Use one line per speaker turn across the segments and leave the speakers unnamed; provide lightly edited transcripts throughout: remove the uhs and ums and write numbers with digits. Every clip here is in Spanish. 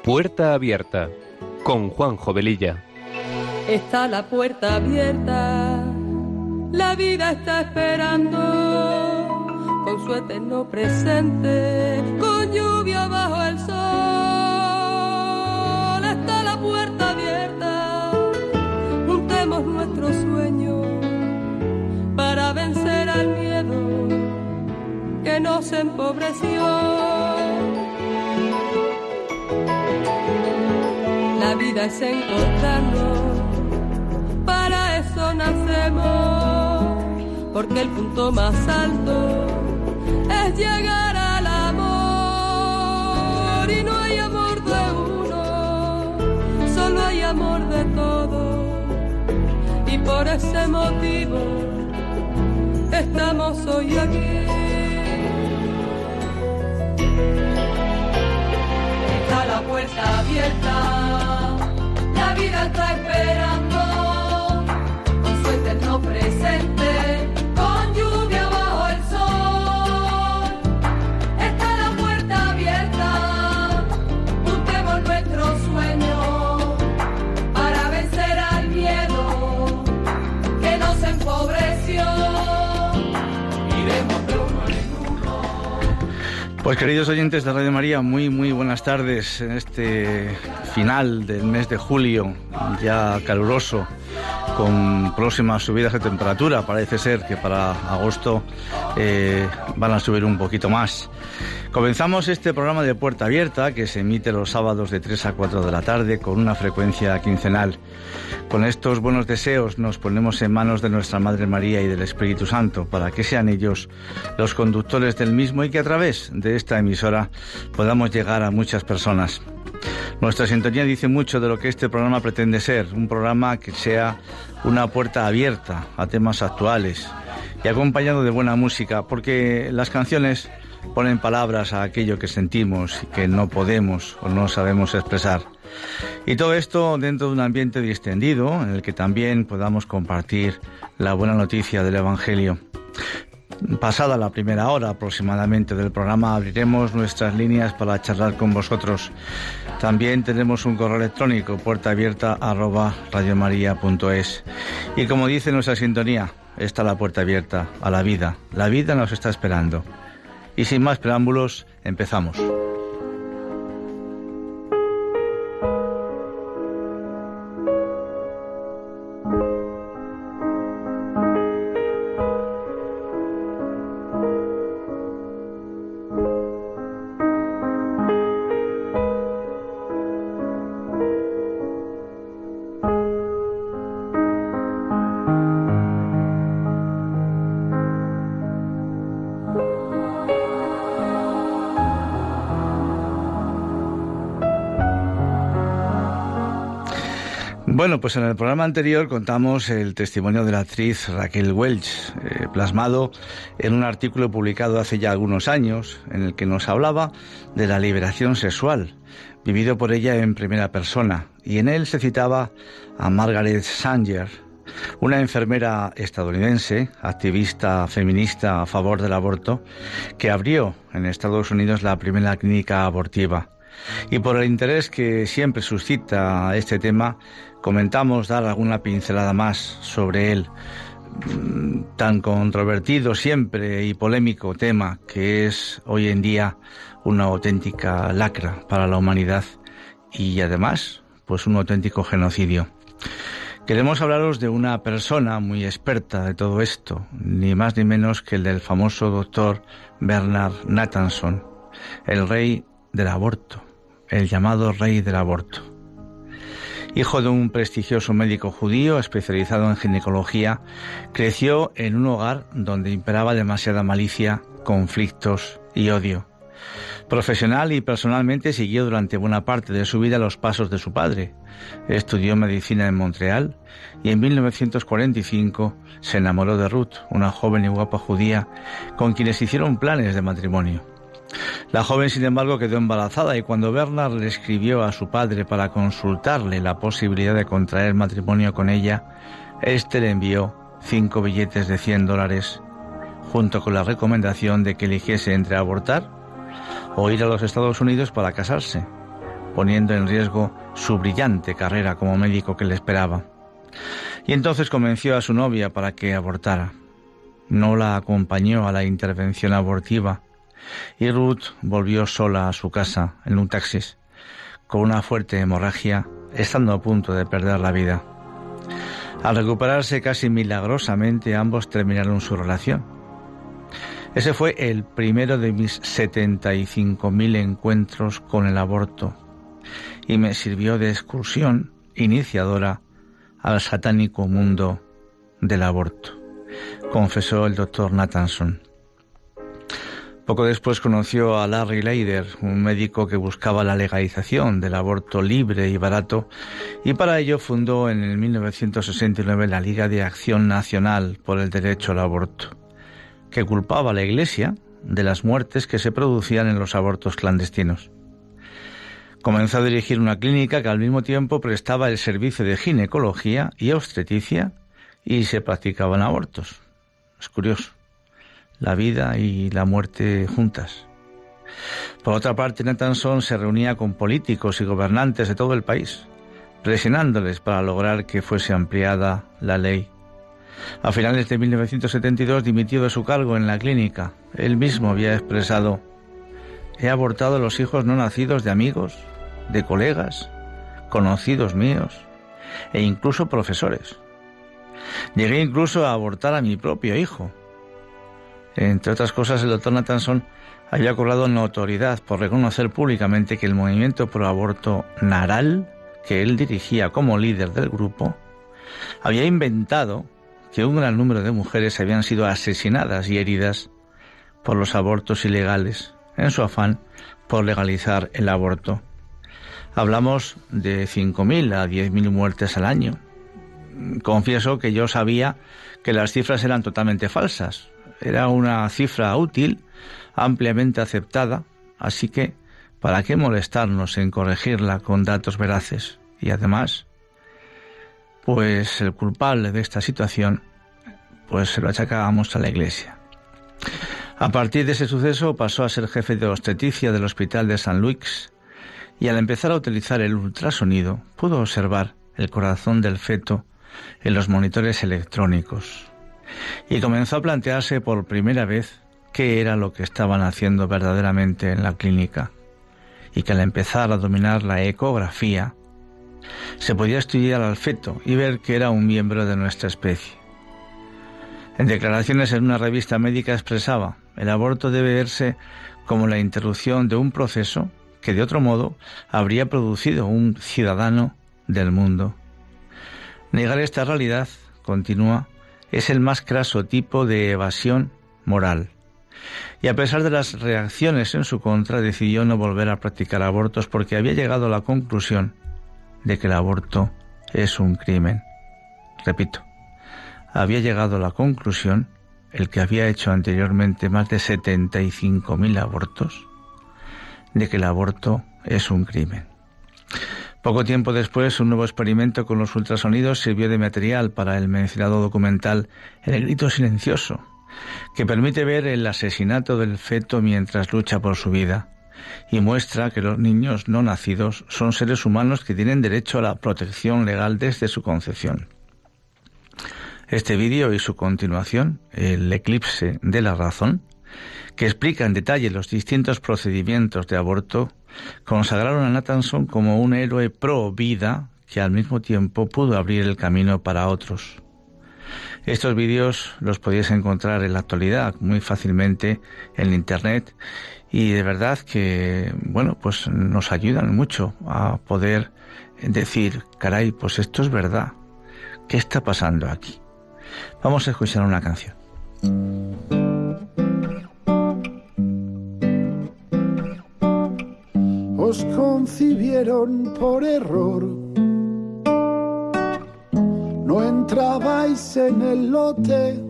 Puerta Abierta, con Juanjo Velilla.
Está la puerta abierta, la vida está esperando, con su eterno presente, con lluvia bajo el sol. Está la puerta abierta, juntemos nuestros sueños para vencer al miedo que nos empobreció. La vida es encontrarnos, para eso nacemos, porque el punto más alto es llegar al amor. Y no hay amor de uno, solo hay amor de todos. Y por ese motivo estamos hoy aquí. Está la puerta abierta, la vida está esperando, con su eterno presente, con lluvia bajo el sol. Está la puerta abierta, juntemos nuestros sueños para vencer al miedo que nos empobreció. Iremos de uno en uno.
Pues queridos oyentes de Radio María, muy buenas tardes en este final del mes de julio, ya caluroso, con próximas subidas de temperatura. Parece ser que para agosto van a subir un poquito más. Comenzamos este programa de Puerta Abierta, que se emite los sábados de 3 a 4 de la tarde con una frecuencia quincenal. Con estos buenos deseos nos ponemos en manos de nuestra Madre María y del Espíritu Santo, para que sean ellos los conductores del mismo y que a través de esta emisora podamos llegar a muchas personas. Nuestra sintonía dice mucho de lo que este programa pretende ser, un programa que sea una puerta abierta a temas actuales y acompañado de buena música, porque las canciones ponen palabras a aquello que sentimos y que no podemos o no sabemos expresar. Y todo esto dentro de un ambiente distendido en el que también podamos compartir la buena noticia del Evangelio. Pasada la primera hora aproximadamente del programa, abriremos nuestras líneas para charlar con vosotros. También tenemos un correo electrónico, puertaabierta@radiomaria.es. Y como dice nuestra sintonía, está la puerta abierta a la vida. La vida nos está esperando. Y sin más preámbulos, empezamos. Bueno, pues en el programa anterior contamos el testimonio de la actriz Raquel Welch, plasmado en un artículo publicado hace ya algunos años, en el que nos hablaba de la liberación sexual, vivido por ella en primera persona, y en él se citaba a Margaret Sanger, una enfermera estadounidense, activista feminista a favor del aborto, que abrió en Estados Unidos la primera clínica abortiva. Y por el interés que siempre suscita este tema, comentamos dar alguna pincelada más sobre él, tan controvertido siempre y polémico tema que es hoy en día una auténtica lacra para la humanidad y además pues un auténtico genocidio. Queremos hablaros de una persona muy experta de todo esto, ni más ni menos que el del famoso doctor Bernard Nathanson, el rey del aborto, el llamado rey del aborto. Hijo de un prestigioso médico judío especializado en ginecología, creció en un hogar donde imperaba demasiada malicia, conflictos y odio. Profesional y personalmente siguió durante buena parte de su vida los pasos de su padre. Estudió medicina en Montreal y en 1945 se enamoró de Ruth, una joven y guapa judía con quienes hicieron planes de matrimonio. La joven, sin embargo, quedó embarazada y cuando Bernard le escribió a su padre para consultarle la posibilidad de contraer matrimonio con ella, éste le envió 5 billetes de $100 junto con la recomendación de que eligiese entre abortar o ir a los Estados Unidos para casarse. poniendo en riesgo su brillante carrera como médico que le esperaba. Y entonces convenció a su novia para que abortara. No la acompañó a la intervención abortiva y Ruth volvió sola a su casa en un taxi, con una fuerte hemorragia, estando a punto de perder la vida. Al recuperarse casi milagrosamente, ambos terminaron su relación. Ese fue el primero de mis 75.000 encuentros con el aborto y me sirvió de excursión iniciadora al satánico mundo del aborto, confesó el doctor Nathanson. Poco después conoció a Larry Leider, un médico que buscaba la legalización del aborto libre y barato, y para ello fundó en el 1969 la Liga de Acción Nacional por el Derecho al Aborto, que culpaba a la Iglesia de las muertes que se producían en los abortos clandestinos. Comenzó a dirigir una clínica que al mismo tiempo prestaba el servicio de ginecología y obstetricia y se practicaban abortos. Es curioso, la vida y la muerte juntas. Por otra parte, Nathanson se reunía con políticos y gobernantes de todo el país, presionándoles para lograr que fuese ampliada la ley. A finales de 1972 dimitió de su cargo en la clínica. Él mismo había expresado: he abortado a los hijos no nacidos de amigos, de colegas, conocidos míos e incluso profesores. Llegué incluso a abortar a mi propio hijo. Entre otras cosas, el doctor Nathanson había cobrado notoriedad por reconocer públicamente que el movimiento pro aborto Naral, que él dirigía como líder del grupo, había inventado que un gran número de mujeres habían sido asesinadas y heridas por los abortos ilegales, en su afán por legalizar el aborto. Hablamos de 5.000 a 10.000 muertes al año. Confieso que yo sabía que las cifras eran totalmente falsas. Era una cifra útil, ampliamente aceptada, así que ¿para qué molestarnos en corregirla con datos veraces? Y además, pues el culpable de esta situación, pues se lo achacábamos a la Iglesia. A partir de ese suceso pasó a ser jefe de obstetricia del Hospital de St. Luke's y al empezar a utilizar el ultrasonido pudo observar el corazón del feto en los monitores electrónicos y comenzó a plantearse por primera vez qué era lo que estaban haciendo verdaderamente en la clínica, y que al empezar a dominar la ecografía se podía estudiar al feto y ver que era un miembro de nuestra especie. En declaraciones en una revista médica expresaba: el aborto debe verse como la interrupción de un proceso que de otro modo habría producido un ciudadano del mundo. Negar esta realidad, continúa, es el más craso tipo de evasión moral. Y a pesar de las reacciones en su contra, decidió no volver a practicar abortos porque había llegado a la conclusión de que el aborto es un crimen. Repito, había llegado a la conclusión, el que había hecho anteriormente más de 75.000 abortos, de que el aborto es un crimen. Poco tiempo después, un nuevo experimento con los ultrasonidos sirvió de material para el mencionado documental El grito silencioso, que permite ver el asesinato del feto mientras lucha por su vida y muestra que los niños no nacidos son seres humanos que tienen derecho a la protección legal desde su concepción. Este vídeo y su continuación, El eclipse de la razón, que explica en detalle los distintos procedimientos de aborto, consagraron a Nathanson como un héroe pro vida que al mismo tiempo pudo abrir el camino para otros. Estos vídeos los podéis encontrar en la actualidad muy fácilmente en internet y de verdad que, bueno, pues nos ayudan mucho a poder decir, caray, pues esto es verdad. ¿Qué está pasando aquí? Vamos a escuchar una canción.
Os concibieron por error, no entrabais en el lote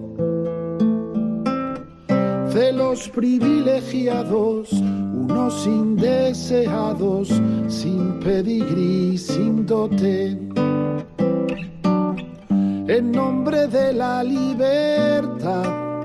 de los privilegiados, unos indeseados, sin pedigrí, sin dote. En nombre de la libertad,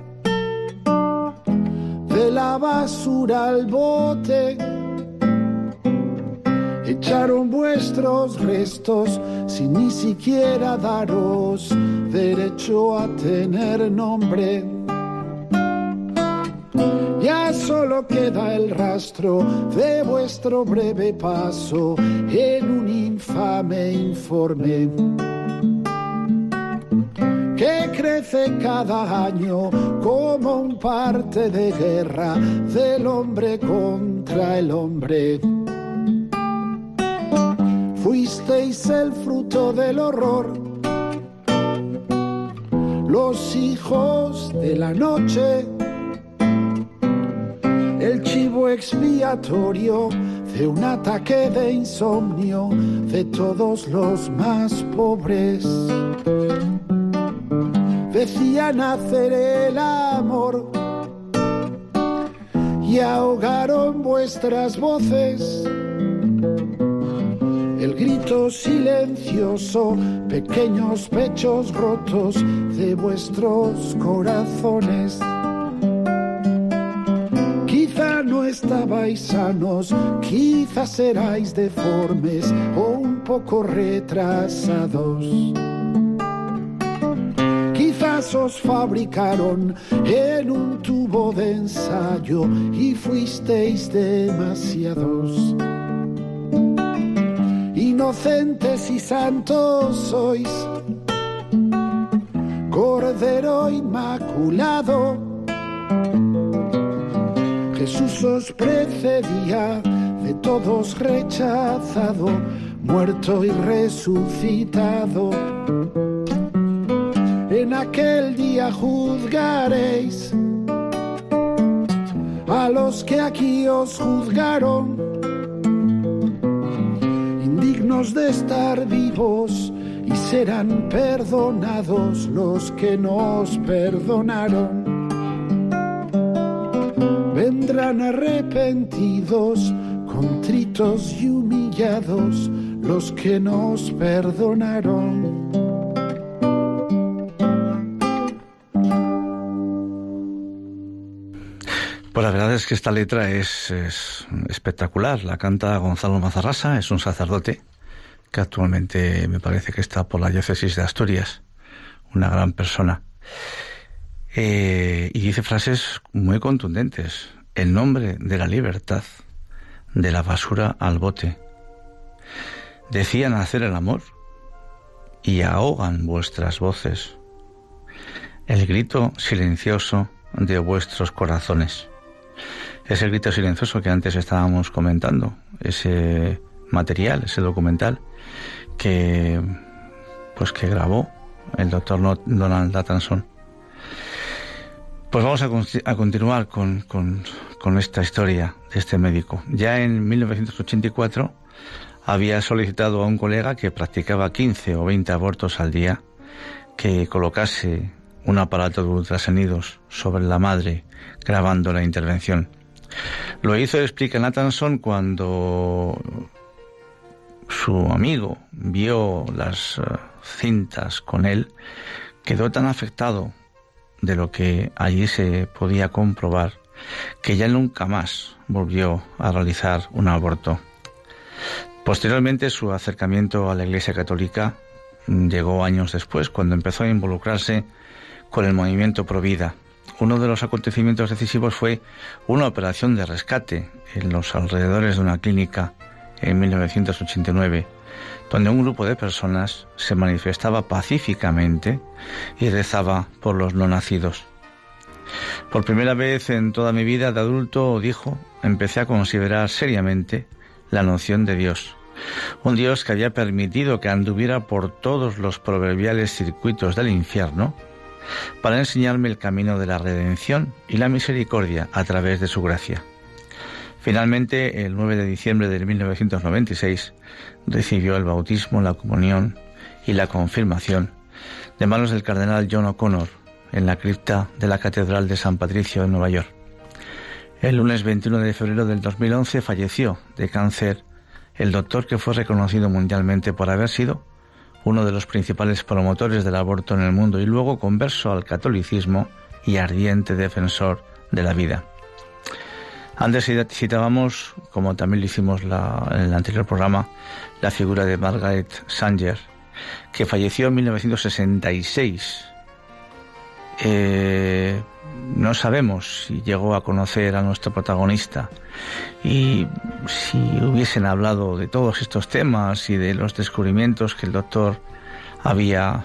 de la basura al bote, Echaron vuestros restos sin ni siquiera daros derecho a tener nombre. Ya solo queda el rastro de vuestro breve paso en un infame informe que crece cada año como un parte de guerra del hombre contra el hombre. Fuisteis el fruto del horror, los hijos de la noche, el chivo expiatorio de un ataque de insomnio de todos los más pobres. Decían hacer el amor y ahogaron vuestras voces. El grito silencioso, pequeños pechos rotos de vuestros corazones. Quizá no estabais sanos, quizás erais deformes o un poco retrasados. Quizás os fabricaron en un tubo de ensayo y fuisteis demasiados. Inocentes y santos sois, Cordero Inmaculado. Jesús os precedía, de todos rechazado, muerto y resucitado. En aquel día juzgaréis a los que aquí os juzgaron, indignos de estar vivos, y serán perdonados los que nos perdonaron. Vendrán arrepentidos, contritos y humillados los que nos perdonaron.
Pues la verdad es que esta letra es espectacular. La canta Gonzalo Mazarrasa, es un sacerdote que actualmente me parece que está por la diócesis de Asturias, una gran persona. Y dice frases muy contundentes. En nombre de la libertad, de la basura al bote. Decían hacer el amor y ahogan vuestras voces. El grito silencioso de vuestros corazones. Ese grito silencioso que antes estábamos comentando, ese material, ese documental que grabó el doctor Donald Nathanson. Pues vamos a continuar con esta historia de este médico. Ya en 1984 había solicitado a un colega que practicaba 15 o 20 abortos al día que colocase un aparato de ultrasonidos sobre la madre grabando la intervención. Lo hizo, explica Nathanson, cuando su amigo vio las cintas con él, quedó tan afectado de lo que allí se podía comprobar que ya nunca más volvió a realizar un aborto. Posteriormente, su acercamiento a la Iglesia Católica llegó años después, cuando empezó a involucrarse con el movimiento Provida. Uno de los acontecimientos decisivos fue una operación de rescate en los alrededores de una clínica en 1989, donde un grupo de personas se manifestaba pacíficamente y rezaba por los no nacidos. Por primera vez en toda mi vida de adulto, dijo, empecé a considerar seriamente la noción de Dios. Un Dios que había permitido que anduviera por todos los proverbiales circuitos del infierno para enseñarme el camino de la redención y la misericordia a través de su gracia. Finalmente, el 9 de diciembre de 1996, recibió el bautismo, la comunión y la confirmación de manos del cardenal John O'Connor en la cripta de la Catedral de San Patricio en Nueva York. El lunes 21 de febrero del 2011 falleció de cáncer el doctor que fue reconocido mundialmente por haber sido uno de los principales promotores del aborto en el mundo y luego converso al catolicismo y ardiente defensor de la vida. Antes citábamos, como también lo hicimos en el anterior programa, la figura de Margaret Sanger, que falleció en 1966. No sabemos si llegó a conocer a nuestro protagonista, y si hubiesen hablado de todos estos temas y de los descubrimientos que el doctor había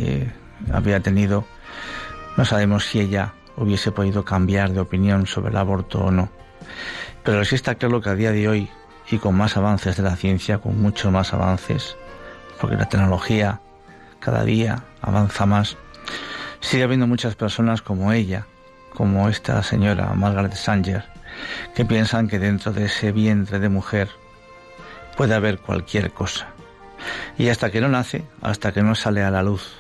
tenido, no sabemos si ella hubiese podido cambiar de opinión sobre el aborto o no. Pero sí está claro que a día de hoy, y con más avances de la ciencia, con muchos más avances, porque la tecnología cada día avanza más, sigue habiendo muchas personas como ella, como esta señora Margaret Sanger, que piensan que dentro de ese vientre de mujer puede haber cualquier cosa. Y hasta que no nace, hasta que no sale a la luz,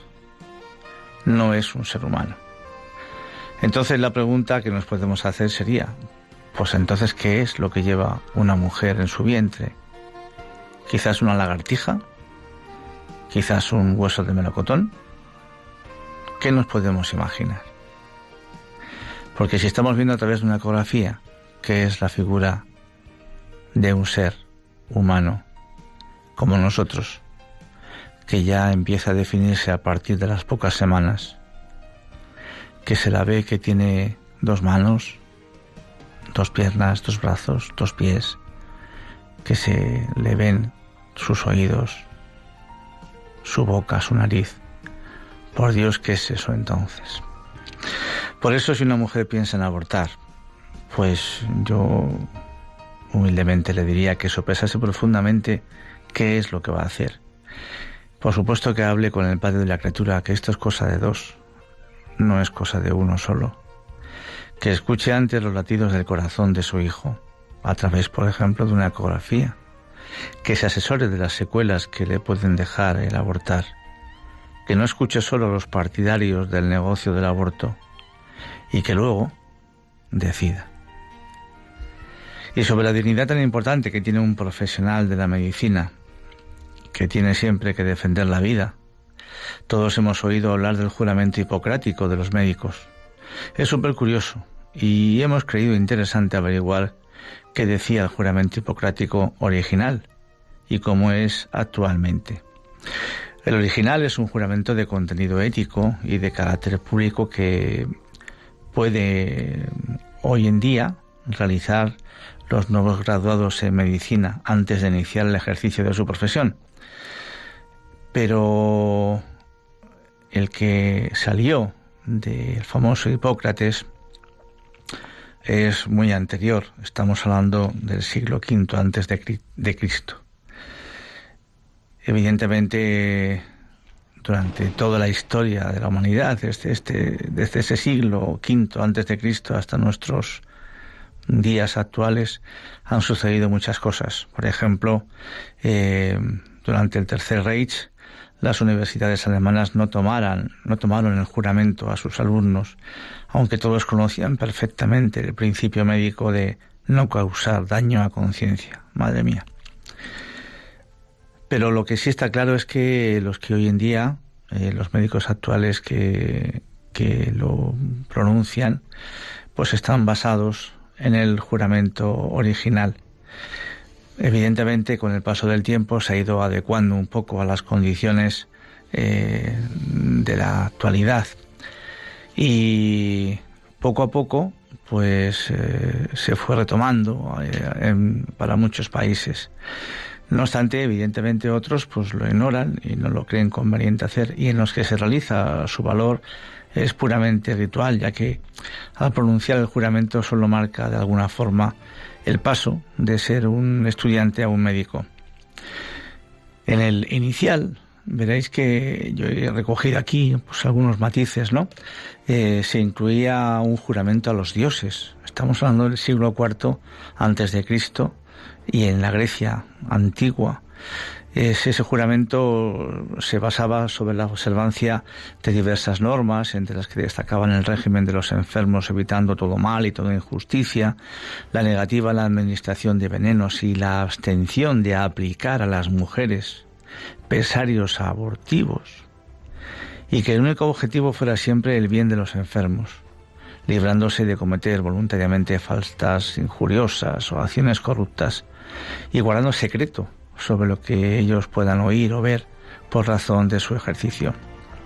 no es un ser humano. Entonces la pregunta que nos podemos hacer sería, pues entonces, ¿qué es lo que lleva una mujer en su vientre? ¿Quizás una lagartija? ¿Quizás un hueso de melocotón? ¿Qué nos podemos imaginar? Porque si estamos viendo a través de una ecografía, ¿qué es la figura de un ser humano como nosotros, que ya empieza a definirse a partir de las pocas semanas, que se la ve que tiene 2 manos, 2 piernas, 2 brazos, 2 pies, que se le ven sus oídos, su boca, su nariz? Por Dios, ¿qué es eso entonces? Por eso, si una mujer piensa en abortar, pues yo humildemente le diría que sopesase profundamente qué es lo que va a hacer. Por supuesto que hable con el padre de la criatura, que esto es cosa de 2, no es cosa de uno solo. Que escuche antes los latidos del corazón de su hijo, a través, por ejemplo, de una ecografía. Que se asesore de las secuelas que le pueden dejar el abortar. Que no escuche solo a los partidarios del negocio del aborto, y que luego decida. Y sobre la dignidad tan importante que tiene un profesional de la medicina, que tiene siempre que defender la vida. Todos hemos oído hablar del juramento hipocrático de los médicos. Es súper curioso, y hemos creído interesante averiguar qué decía el juramento hipocrático original y cómo es actualmente. El original es un juramento de contenido ético y de carácter público que puede hoy en día realizar los nuevos graduados en medicina antes de iniciar el ejercicio de su profesión. Pero el que salió del famoso Hipócrates es muy anterior. Estamos hablando del siglo V antes de Cristo. Evidentemente, durante toda la historia de la humanidad, desde ese siglo V antes de Cristo hasta nuestros días actuales, han sucedido muchas cosas. Por ejemplo, durante el Tercer Reich, las universidades alemanas no tomaron el juramento a sus alumnos, aunque todos conocían perfectamente el principio médico de no causar daño a conciencia. Madre mía. Pero lo que sí está claro es que los que hoy en día, los médicos actuales que lo pronuncian, pues están basados en el juramento original. Evidentemente, con el paso del tiempo se ha ido adecuando un poco a las condiciones de la actualidad, y poco a poco pues se fue retomando para muchos países. No obstante, evidentemente otros pues lo ignoran y no lo creen conveniente hacer, y en los que se realiza su valor es puramente ritual, ya que al pronunciar el juramento solo marca de alguna forma el paso de ser un estudiante a un médico. En el inicial veréis que yo he recogido aquí pues algunos matices, ¿no? Se incluía un juramento a los dioses. Estamos hablando del siglo IV antes de Cristo, y en la Grecia antigua ese juramento se basaba sobre la observancia de diversas normas, entre las que destacaban el régimen de los enfermos, evitando todo mal y toda injusticia, la negativa a la administración de venenos y la abstención de aplicar a las mujeres pesarios abortivos, y que el único objetivo fuera siempre el bien de los enfermos. librándose de cometer voluntariamente faltas injuriosas o acciones corruptas y guardando secreto sobre lo que ellos puedan oír o ver por razón de su ejercicio.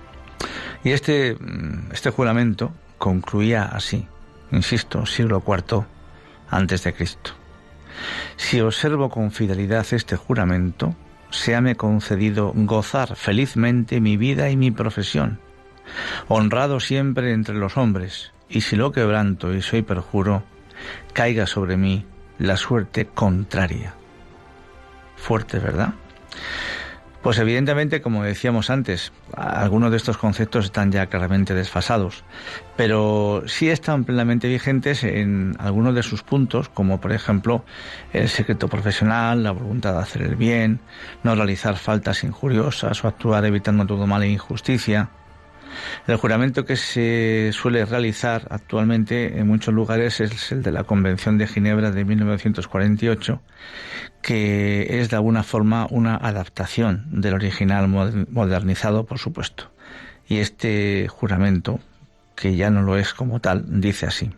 Y este juramento concluía así, insisto, siglo IV antes de Cristo. Si observo con fidelidad este juramento, séame concedido gozar felizmente mi vida y mi profesión, honrado siempre entre los hombres, y si lo quebranto y soy perjuro, caiga sobre mí la suerte contraria. Fuerte, ¿verdad? Pues evidentemente, como decíamos antes, algunos de estos conceptos están ya claramente desfasados, pero sí están plenamente vigentes en algunos de sus puntos, como por ejemplo el secreto profesional, la voluntad de hacer el bien, no realizar faltas injuriosas o actuar evitando todo mal e injusticia. El juramento que se suele realizar actualmente en muchos lugares es el de la Convención de Ginebra de 1948, que es de alguna forma una adaptación del original modernizado, por supuesto. Y este juramento, que ya no lo es como tal, dice así: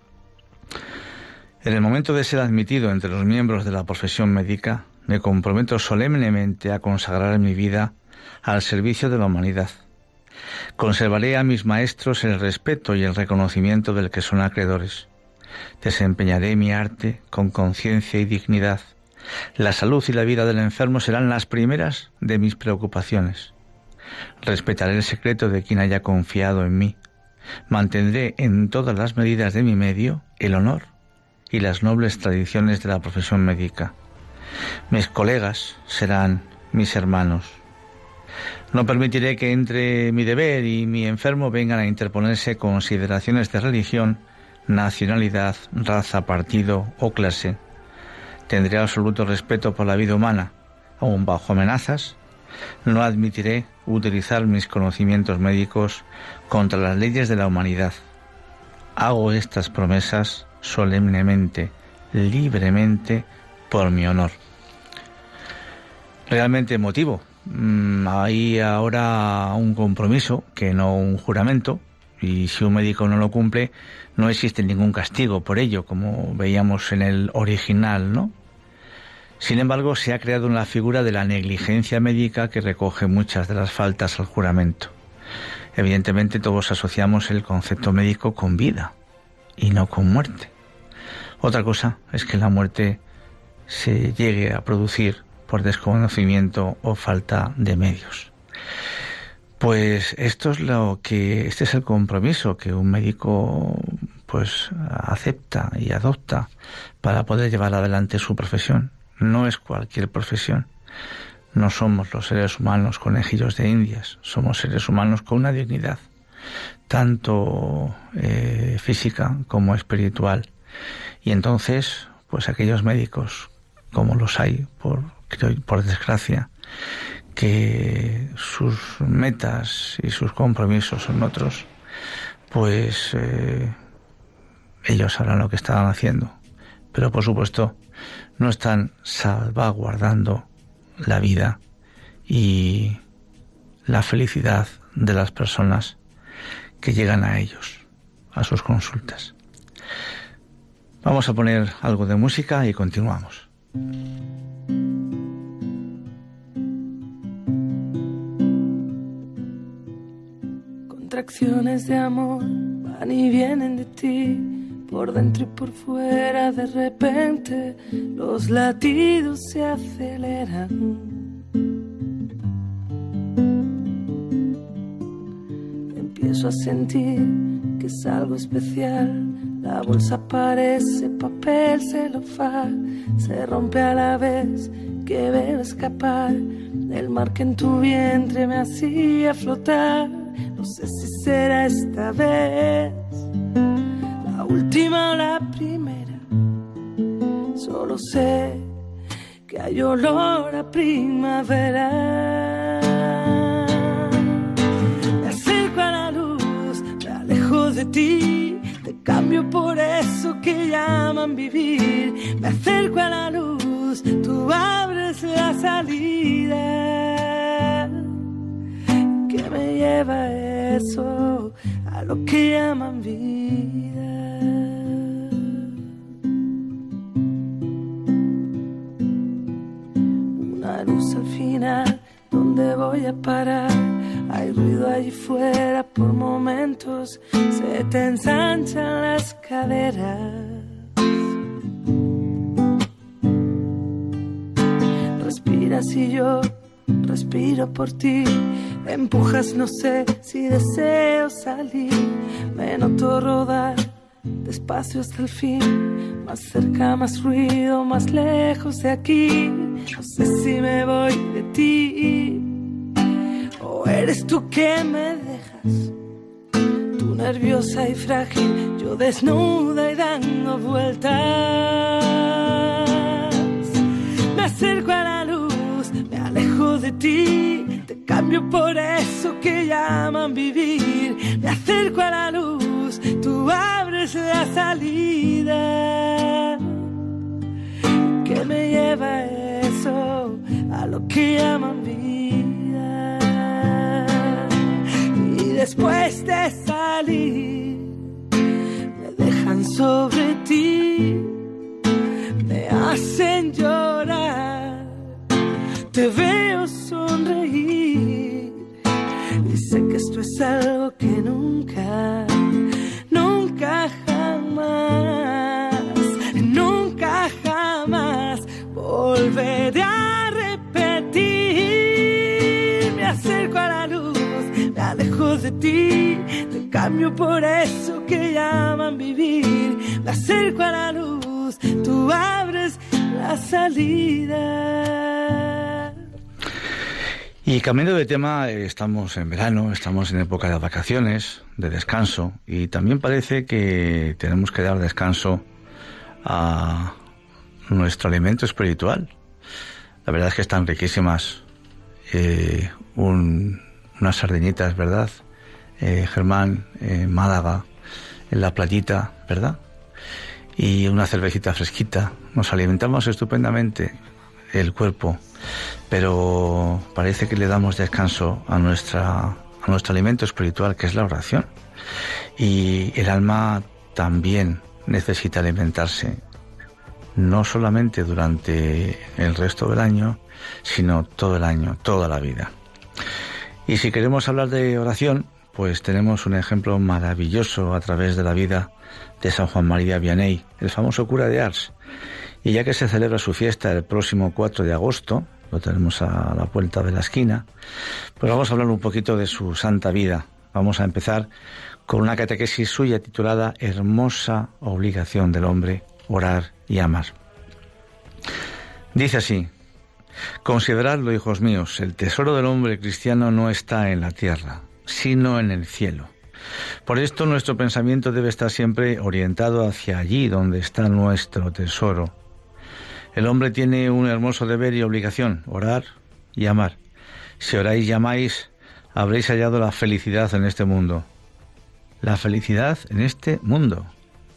en el momento de ser admitido entre los miembros de la profesión médica, me comprometo solemnemente a consagrar mi vida al servicio de la humanidad. Conservaré a mis maestros el respeto y el reconocimiento del que son acreedores. Desempeñaré mi arte con conciencia y dignidad. La salud y la vida del enfermo serán las primeras de mis preocupaciones. Respetaré el secreto de quien haya confiado en mí. Mantendré en todas las medidas de mi medio el honor y las nobles tradiciones de la profesión médica. Mis colegas serán mis hermanos. No permitiré que entre mi deber y mi enfermo vengan a interponerse consideraciones de religión, nacionalidad, raza, partido o clase. Tendré absoluto respeto por la vida humana, aun bajo amenazas. No admitiré utilizar mis conocimientos médicos contra las leyes de la humanidad. Hago estas promesas solemnemente, libremente, por mi honor. Realmente emotivo. Hay ahora un compromiso, que no un juramento, y si un médico no lo cumple, no existe ningún castigo por ello, como veíamos en el original, ¿no? Sin embargo, se ha creado una figura de la negligencia médica que recoge muchas de las faltas al juramento. Evidentemente, todos asociamos el concepto médico con vida y no con muerte. Otra cosa es que la muerte se llegue a producir por desconocimiento o falta de medios. Pues este es el compromiso que un médico pues acepta y adopta para poder llevar adelante su profesión. No es cualquier profesión. No somos los seres humanos conejillos de indias, somos seres humanos con una dignidad, tanto física como espiritual. Y entonces, pues aquellos médicos, como los hay, por desgracia, que sus metas y sus compromisos son otros, pues ellos sabrán lo que están haciendo. Pero por supuesto no están salvaguardando la vida y la felicidad de las personas que llegan a ellos, a sus consultas. Vamos a poner algo de música y continuamos.
Contracciones de amor van y vienen de ti, por dentro y por fuera. De repente los latidos se aceleran. Empiezo a sentir que es algo especial. La bolsa parece papel celofán, se rompe a la vez que veo escapar del mar que en tu vientre me hacía flotar. No sé si será esta vez la última o la primera. Solo sé que hay olor a primavera. Me acerco a la luz, me alejo de ti, te cambio por eso que llaman vivir. Me acerco a la luz, tú abres la salida. ¿Qué me lleva eso a lo que llaman vida?
una luz al final, ¿dónde voy a parar? Hay ruido allí fuera, por momentos se te ensanchan las caderas. Respiras y yo respiro por ti, empujas, no sé si deseo salir, me noto rodar despacio hasta el fin, más cerca, más ruido, más lejos de aquí, no sé si me voy de ti, o eres tú que me dejas, tú nerviosa y frágil, yo desnuda y dando vueltas, me acerco a la luz, me alejo de ti, te cambio por eso que llaman vivir, me acerco a la luz, tú abres la salida, que me lleva eso a lo que llaman vida, y después de salir me dejan sobre ti, me hacen llorar, te veo sonreír y sé que esto es algo que nunca, nunca jamás, nunca jamás volveré a repetir. Me acerco a la luz, me alejo de ti, te cambio por eso que llaman vivir. Me acerco a la luz, tú abres la salida.
Y cambiando de tema, estamos en verano, estamos en época de vacaciones, de descanso, y también parece que tenemos que dar descanso a nuestro alimento espiritual. La verdad es que están riquísimas unas sardinitas, ¿verdad? Germán, Málaga, en la playita, ¿verdad? Y una cervecita fresquita. Nos alimentamos estupendamente el cuerpo, pero parece que le damos descanso a nuestro alimento espiritual, que es la oración. Y el alma también necesita alimentarse, no solamente durante el resto del año, sino todo el año, toda la vida. Y si queremos hablar de oración, pues tenemos un ejemplo maravilloso a través de la vida de San Juan María Vianney, el famoso cura de Ars. Y ya que se celebra su fiesta el próximo 4 de agosto, lo tenemos a la vuelta de la esquina, pues vamos a hablar un poquito de su santa vida. Vamos a empezar con una catequesis suya titulada Hermosa obligación del hombre, orar y amar. Dice así: consideradlo, hijos míos, el tesoro del hombre cristiano no está en la tierra, sino en el cielo. Por esto nuestro pensamiento debe estar siempre orientado hacia allí donde está nuestro tesoro. El hombre tiene un hermoso deber y obligación, orar y amar. Si oráis y amáis, habréis hallado la felicidad en este mundo. La felicidad en este mundo.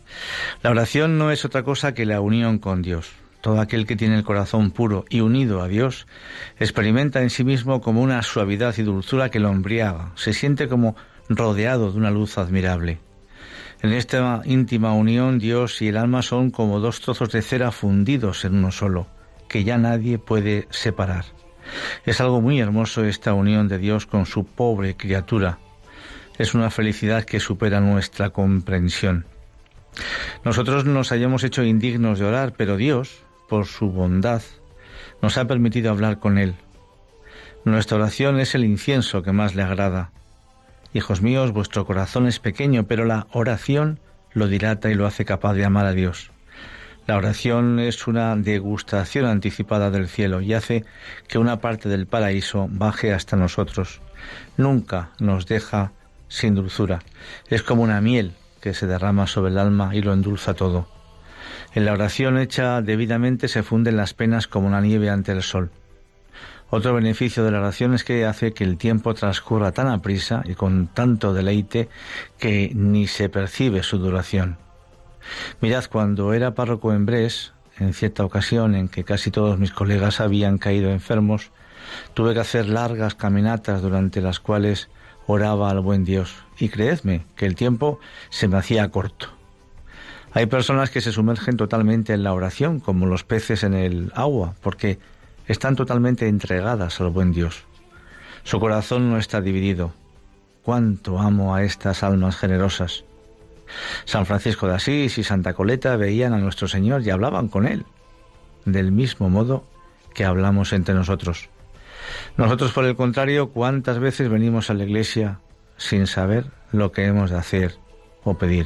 La oración no es otra cosa que la unión con Dios. Todo aquel que tiene el corazón puro y unido a Dios experimenta en sí mismo como una suavidad y dulzura que lo embriaga. Se siente como rodeado de una luz admirable. En esta íntima unión, Dios y el alma son como dos trozos de cera fundidos en uno solo, que ya nadie puede separar. Es algo muy hermoso esta unión de Dios con su pobre criatura. Es una felicidad que supera nuestra comprensión. Nosotros nos hayamos hecho indignos de orar, pero Dios, por su bondad, nos ha permitido hablar con Él. Nuestra oración es el incienso que más le agrada. Hijos míos, vuestro corazón es pequeño, pero la oración lo dilata y lo hace capaz de amar a Dios. La oración es una degustación anticipada del cielo y hace que una parte del paraíso baje hasta nosotros. Nunca nos deja sin dulzura. Es como una miel que se derrama sobre el alma y lo endulza todo. En la oración hecha debidamente se funden las penas como una nieve ante el sol. Otro beneficio de la oración es que hace que el tiempo transcurra tan aprisa y con tanto deleite que ni se percibe su duración. Mirad, cuando era párroco en Brest, en cierta ocasión en que casi todos mis colegas habían caído enfermos, tuve que hacer largas caminatas durante las cuales oraba al buen Dios. Y creedme que el tiempo se me hacía corto. Hay personas que se sumergen totalmente en la oración, como los peces en el agua, porque están totalmente entregadas al buen Dios. Su corazón no está dividido. ¡Cuánto amo a estas almas generosas! San Francisco de Asís y Santa Coleta veían a nuestro Señor y hablaban con Él, del mismo modo que hablamos entre nosotros. Nosotros, por el contrario, ¿cuántas veces venimos a la iglesia sin saber lo que hemos de hacer o pedir?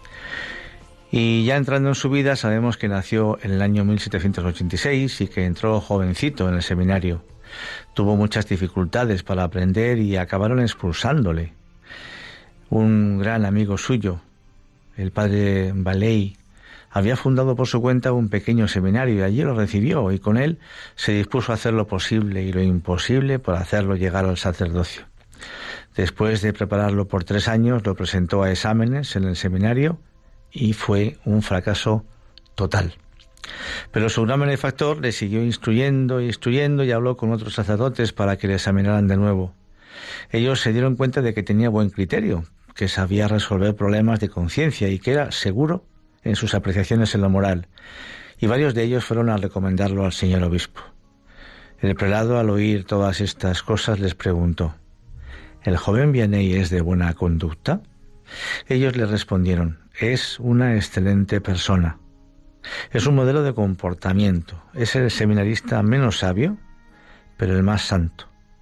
Y ya entrando en su vida, sabemos que nació en el año 1786 y que entró jovencito en el seminario. Tuvo muchas dificultades para aprender y acabaron expulsándole. Un gran amigo suyo, el padre Valey, había fundado por su cuenta un pequeño seminario y allí lo recibió, y con él se dispuso a hacer lo posible y lo imposible por hacerlo llegar al sacerdocio. Después de prepararlo por 3 años, lo presentó a exámenes en el seminario y fue un fracaso total. Pero su gran benefactor le siguió instruyendo y habló con otros sacerdotes para que le examinaran de nuevo. Ellos se dieron cuenta de que tenía buen criterio, que sabía resolver problemas de conciencia y que era seguro en sus apreciaciones en lo moral, y varios de ellos fueron a recomendarlo al señor obispo. El prelado, al oír todas estas cosas, les preguntó: ¿el joven Vianney es de buena conducta? Ellos le respondieron: es una excelente persona. Es un modelo de comportamiento. Es el seminarista menos sabio, pero el más santo.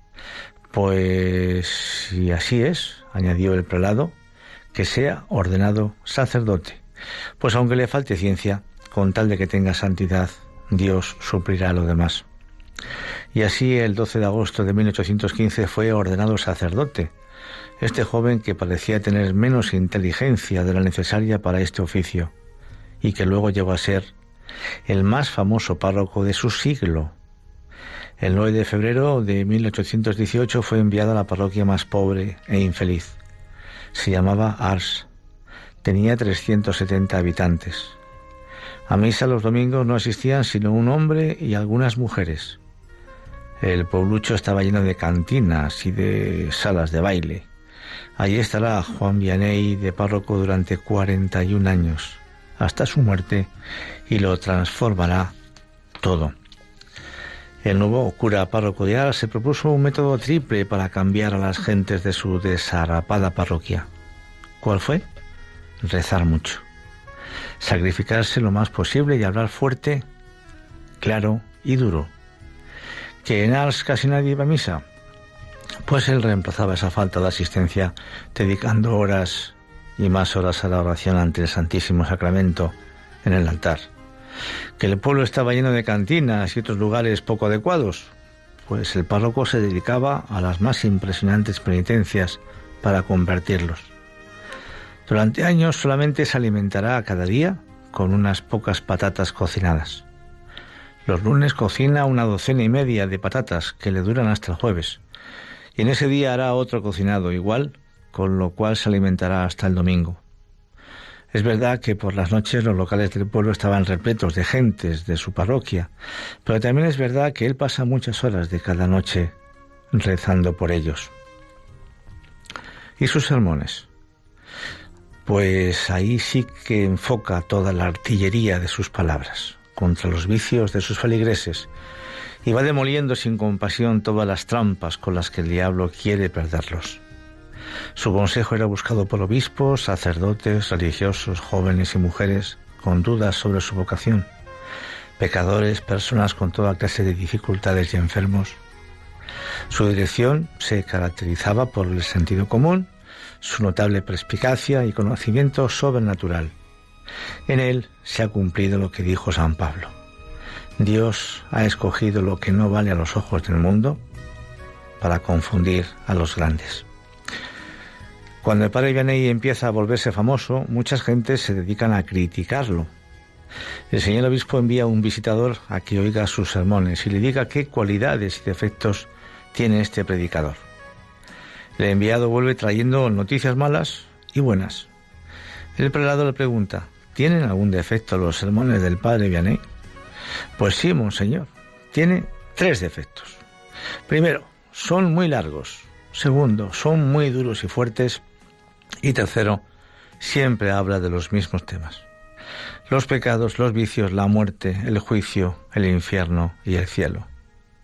Pues si así es, añadió el prelado, que sea ordenado sacerdote. Pues aunque le falte ciencia, con tal de que tenga santidad, Dios suplirá lo demás. Y así el 12 de agosto de 1815 fue ordenado sacerdote. Este joven, que parecía tener menos inteligencia de la necesaria para este oficio, y que luego llegó a ser el más famoso párroco de su siglo. El 9 de febrero de 1818 fue enviado a la parroquia más pobre e infeliz. Se llamaba Ars. Tenía 370 habitantes. A misa los domingos no asistían sino un hombre y algunas mujeres. El pueblucho estaba lleno de cantinas y de salas de baile. Allí estará Juan Vianney de párroco durante 41 años, hasta su muerte, y lo transformará todo. El nuevo cura párroco de Ars se propuso un método triple para cambiar a las gentes de su desarrapada parroquia. ¿Cuál fue? Rezar mucho, sacrificarse lo más posible y hablar fuerte, claro y duro. ¿Que en Ars casi nadie iba a misa? Pues él reemplazaba esa falta de asistencia dedicando horas y más horas a la oración ante el Santísimo Sacramento en el altar. ¿Que el pueblo estaba lleno de cantinas y otros lugares poco adecuados? Pues el párroco se dedicaba a las más impresionantes penitencias para convertirlos. Durante años solamente se alimentará cada día con unas pocas patatas cocinadas. Los lunes cocina 1,12 de patatas que le duran hasta el jueves, y en ese día hará otro cocinado igual, con lo cual se alimentará hasta el domingo. Es verdad que por las noches los locales del pueblo estaban repletos de gentes de su parroquia, pero también es verdad que él pasa muchas horas de cada noche rezando por ellos. ¿Y sus sermones? Pues ahí sí que enfoca toda la artillería de sus palabras contra los vicios de sus feligreses y va demoliendo sin compasión todas las trampas con las que el diablo quiere perderlos. Su consejo era buscado por obispos, sacerdotes, religiosos, jóvenes y mujeres con dudas sobre su vocación, pecadores, personas con toda clase de dificultades y enfermos. Su dirección se caracterizaba por el sentido común, su notable perspicacia y conocimiento sobrenatural. En él se ha cumplido lo que dijo San Pablo: Dios ha escogido lo que no vale a los ojos del mundo para confundir a los grandes. Cuando el padre Vianney empieza a volverse famoso, muchas gentes se dedican a criticarlo. El señor obispo envía un visitador a que oiga sus sermones y le diga qué cualidades y defectos tiene este predicador. El enviado vuelve trayendo noticias malas y buenas. El prelado le pregunta: ¿tienen algún defecto los sermones del padre Vianney? Pues sí, monseñor, tiene 3 defectos. Primero, son muy largos. Segundo, son muy duros y fuertes. Y tercero, siempre habla de los mismos temas: los pecados, los vicios, la muerte, el juicio, el infierno y el cielo.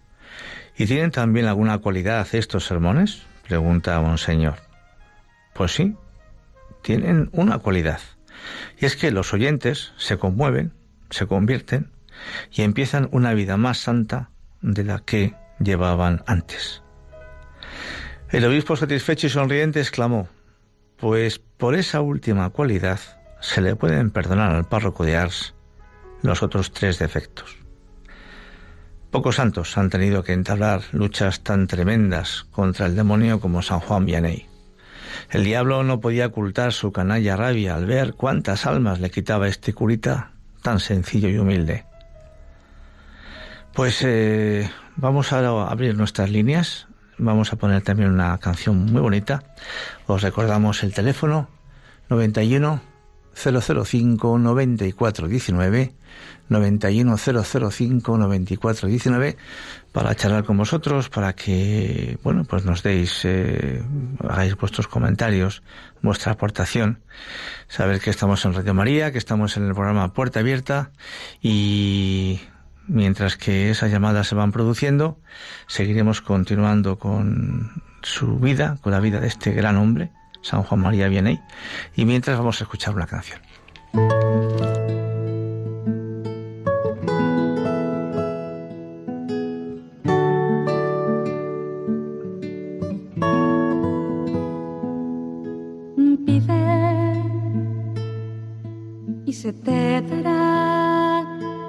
¿Y tienen también alguna cualidad estos sermones?, pregunta Monseñor. Pues sí, tienen una cualidad, y es que los oyentes se conmueven, se convierten y empiezan una vida más santa de la que llevaban antes. El obispo, satisfecho y sonriente, exclamó: pues por esa última cualidad se le pueden perdonar al párroco de Ars los otros 3 defectos. Pocos santos han tenido que entablar luchas tan tremendas contra el demonio como San Juan Vianney. El diablo no podía ocultar su canalla rabia al ver cuántas almas le quitaba este curita tan sencillo y humilde. Pues vamos a abrir nuestras líneas. Vamos a poner también una canción muy bonita. Os recordamos el teléfono 91 005 94 19, 91 005 94 19, para charlar con vosotros, para que, bueno, pues nos deis, hagáis vuestros comentarios, vuestra aportación. Saber que estamos en Radio María, que estamos en el programa Puerta Abierta, y mientras que esas llamadas se van produciendo, seguiremos continuando con su vida, con la vida de este gran hombre, San Juan María Vianney, y mientras vamos a escuchar una canción.
Pide y se te dará,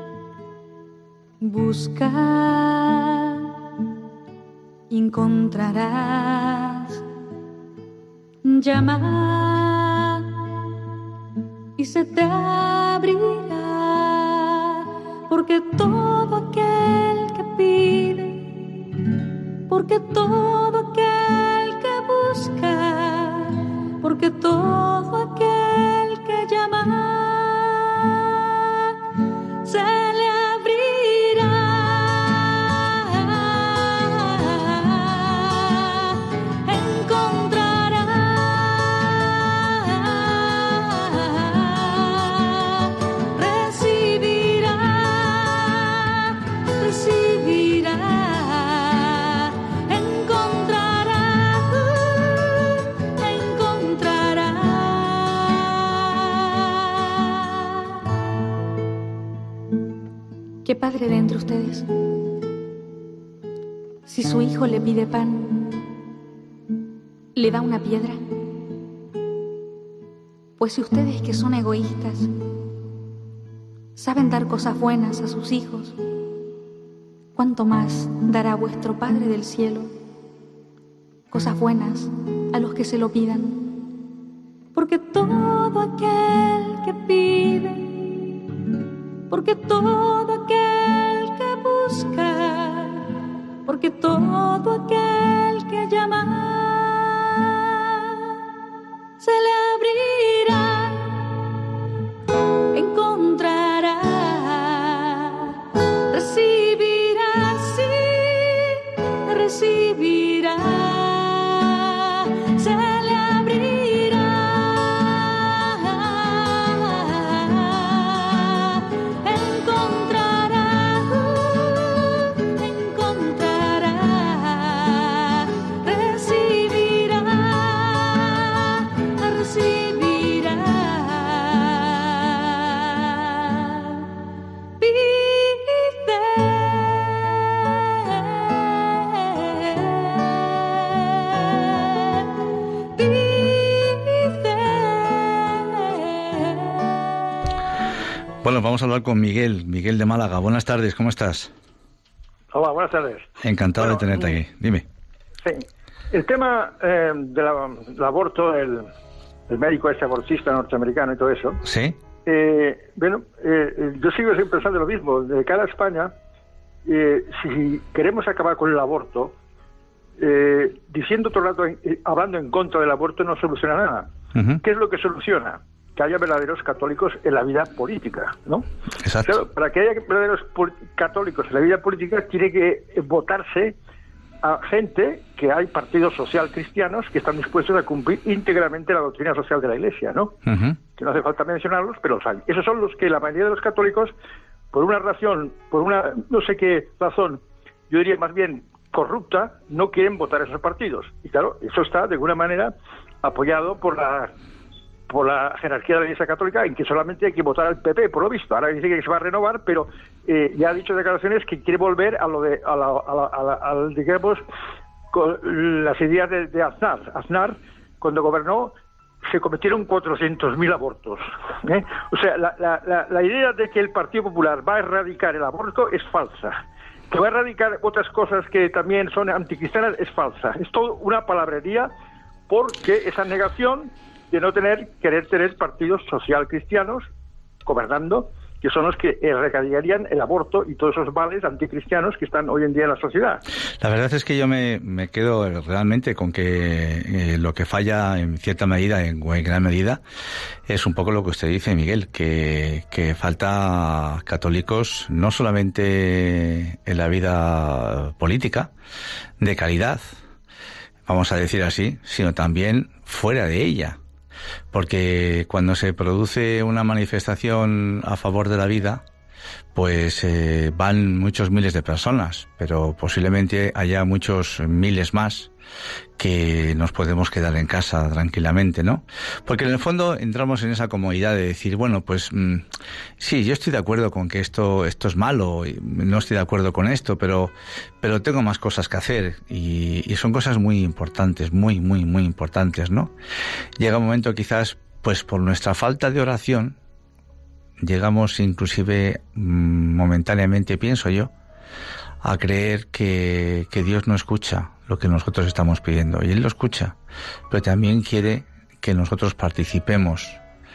busca y encontrarás, llama y se te abrirá, porque todo aquel que pide, porque todo aquel que busca, porque todo aquel que llama, se le abrirá. ¿Qué padre de entre ustedes, si su hijo le pide pan, le da una piedra? Pues si ustedes, que son egoístas, saben dar cosas buenas a sus hijos, ¿cuánto más dará vuestro Padre del cielo cosas buenas a los que se lo pidan? Porque todo aquel que pide, porque todo aquel que busca, porque todo aquel que llama, se le abrirá, encontrará, recibirá, sí, recibirá, se le abrirá, encontrará, recibirá, recibirá.
Bueno, vamos a hablar con Miguel de Málaga. Buenas tardes, ¿cómo estás?
Hola, buenas tardes.
Encantado de tenerte aquí. Dime.
Sí. El tema del aborto, el médico ese abortista norteamericano y todo eso.
Sí.
Yo sigo siempre pensando lo mismo. De cara a España, si queremos acabar con el aborto, diciendo todo el rato, hablando en contra del aborto, no soluciona nada. Uh-huh. ¿Qué es lo que soluciona? Que haya verdaderos católicos en la vida política, ¿no?
Exacto.
Claro, para que haya verdaderos católicos en la vida política tiene que votarse a gente que hay partidos social cristianos que están dispuestos a cumplir íntegramente la doctrina social de la Iglesia, ¿no? Uh-huh. Que no hace falta mencionarlos, pero los hay. Esos son los que la mayoría de los católicos, por una razón, por una no sé qué razón, yo diría más bien corrupta, no quieren votar esos partidos. Y claro, eso está de alguna manera apoyado por la jerarquía de la Iglesia Católica, en que solamente hay que votar al PP, por lo visto. Ahora dice que se va a renovar, pero ya ha dicho declaraciones que quiere volver a lo de digamos, con las ideas de Aznar. Aznar, cuando gobernó, se cometieron 400.000 abortos. O sea, la idea de que el Partido Popular va a erradicar el aborto es falsa. Que va a erradicar otras cosas que también son anticristianas es falsa. Es todo una palabrería, porque esa negación de no querer tener partidos social cristianos gobernando, que son los que erradicarían el aborto y todos esos males anticristianos que están hoy en día en la sociedad.
La verdad es que yo me quedo realmente con que lo que falla en cierta medida, en gran medida, es un poco lo que usted dice, Miguel, que falta católicos no solamente en la vida política, de calidad, vamos a decir así, sino también fuera de ella. Porque cuando se produce una manifestación a favor de la vida, pues van muchos miles de personas, pero posiblemente haya muchos miles más que nos podemos quedar en casa tranquilamente, ¿no? Porque en el fondo entramos en esa comodidad de decir, bueno, pues sí, yo estoy de acuerdo con que esto es malo, y no estoy de acuerdo con esto, pero tengo más cosas que hacer, y son cosas muy importantes, muy, muy, muy importantes, ¿no? Llega un momento quizás, pues por nuestra falta de oración, llegamos inclusive momentáneamente, pienso yo, a creer que Dios no escucha lo que nosotros estamos pidiendo. Y Él lo escucha, pero también quiere que nosotros participemos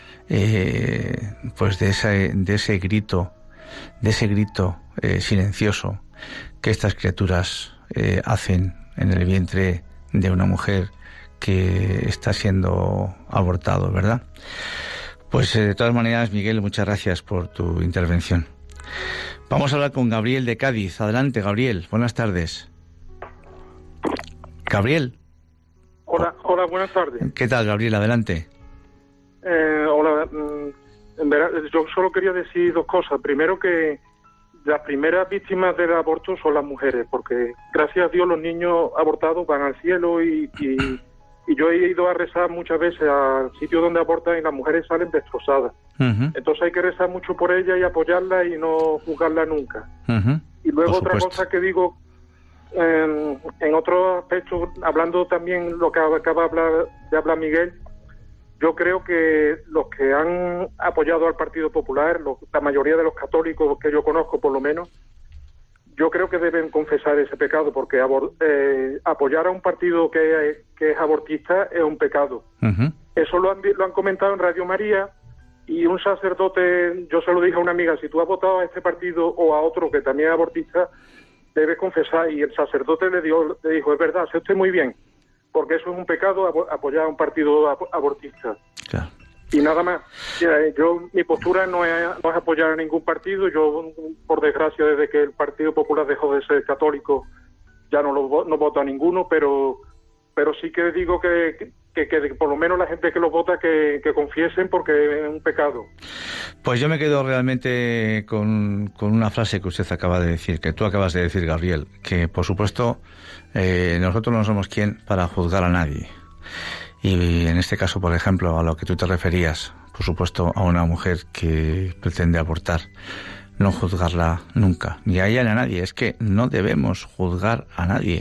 pues de ese grito silencioso que estas criaturas hacen en el vientre de una mujer que está siendo abortado, ¿verdad? Pues de todas maneras, Miguel, muchas gracias por tu intervención. Vamos a hablar con Gabriel de Cádiz. Adelante, Gabriel. Buenas tardes. Gabriel.
Hola, buenas tardes.
¿Qué tal, Gabriel? Adelante.
Hola. En verdad, yo solo quería decir dos cosas. Primero, que las primeras víctimas del aborto son las mujeres, porque gracias a Dios los niños abortados van al cielo y yo he ido a rezar muchas veces al sitio donde abortan y las mujeres salen destrozadas. Uh-huh. Entonces hay que rezar mucho por ellas y apoyarlas y no juzgarlas nunca. Uh-huh. Y luego otra cosa que digo, en otro aspecto, hablando también lo que acaba de hablar Miguel, yo creo que los que han apoyado al Partido Popular, la mayoría de los católicos que yo conozco por lo menos, yo creo que deben confesar ese pecado, porque apoyar a un partido que es abortista es un pecado. Uh-huh. Eso lo han comentado en Radio María, y un sacerdote, yo se lo dije a una amiga, si tú has votado a este partido o a otro que también es abortista, debes confesar. Y el sacerdote le dijo, es verdad, hace usted muy bien, porque eso es un pecado, apoyar a un partido abortista. Claro. Y nada más. Mi postura no es apoyar a ningún partido. Yo, por desgracia, desde que el Partido Popular dejó de ser católico, ya no voto a ninguno, pero sí que digo que por lo menos la gente que lo vota que confiesen, porque es un pecado.
Pues yo me quedo realmente con una frase que usted acaba de decir, que tú acabas de decir, Gabriel, que por supuesto nosotros no somos quien para juzgar a nadie. Y en este caso, por ejemplo, a lo que tú te referías, por supuesto, a una mujer que pretende abortar, no juzgarla nunca, ni a ella ni a nadie. Es que no debemos juzgar a nadie.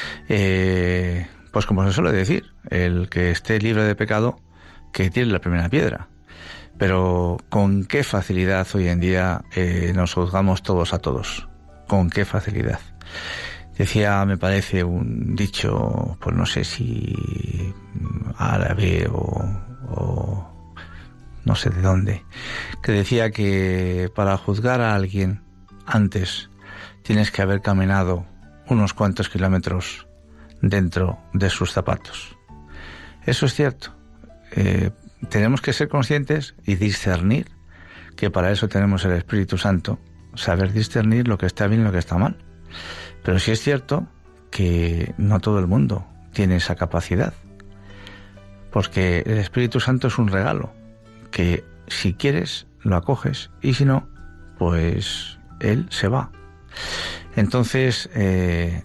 Pues como se suele decir, el que esté libre de pecado, que tire la primera piedra. Pero con qué facilidad hoy en día nos juzgamos todos a todos. Con qué facilidad. Decía, me parece, un dicho, pues no sé si árabe o no sé de dónde, que decía que para juzgar a alguien antes tienes que haber caminado unos cuantos kilómetros dentro de sus zapatos. Eso es cierto. Tenemos que ser conscientes y discernir, que para eso tenemos el Espíritu Santo, saber discernir lo que está bien y lo que está mal. Pero sí es cierto que no todo el mundo tiene esa capacidad, porque el Espíritu Santo es un regalo que si quieres lo acoges, y si no, pues Él se va. Entonces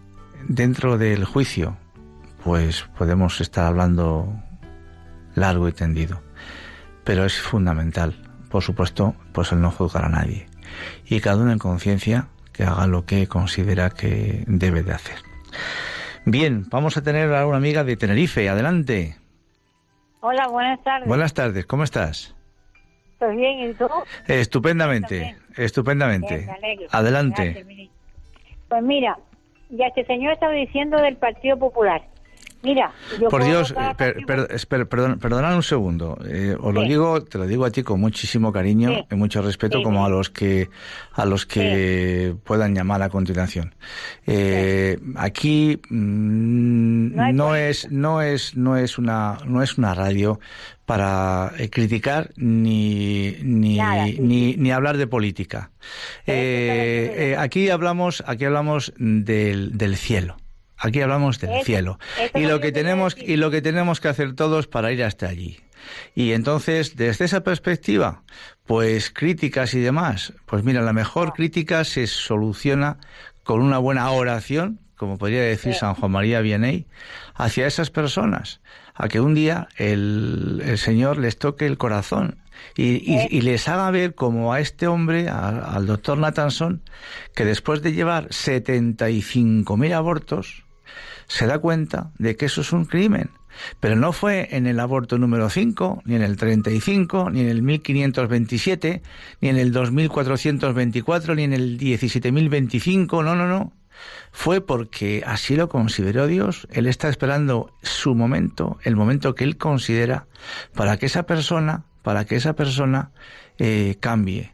dentro del juicio, pues podemos estar hablando largo y tendido, pero es fundamental, por supuesto, pues el no juzgar a nadie, y cada uno en conciencia que haga lo que considera que debe de hacer. Bien, vamos a tener a una amiga de Tenerife. Adelante.
Hola, buenas tardes.
Buenas tardes, ¿cómo estás?
¿Estás bien? ¿Y tú?
Estupendamente, estupendamente.
Bien, me alegro.
Adelante.
Gracias, pues mira, ya este señor estaba diciendo del Partido Popular. Mira, yo
por Dios, perdonad un segundo. Os lo digo, te lo digo a ti con muchísimo cariño y mucho respeto, como a los que puedan llamar a continuación. Aquí no es una radio para criticar ni hablar de política. Aquí hablamos del cielo. Aquí hablamos del cielo y lo que tenemos que hacer todos para ir hasta allí. Y entonces, desde esa perspectiva, pues críticas y demás, pues mira, la mejor crítica se soluciona con una buena oración, como podría decir San Juan María Vianney, hacia esas personas, a que un día el Señor les toque el corazón y les haga ver, como a este hombre, al doctor Nathanson, que después de llevar 75.000 abortos, se da cuenta de que eso es un crimen. Pero no fue en el aborto número 5, ni en el 35, ni en el 1527, ni en el 2424, ni en el 17.025, no. Fue porque así lo consideró Dios. Él está esperando su momento, el momento que Él considera para que esa persona cambie.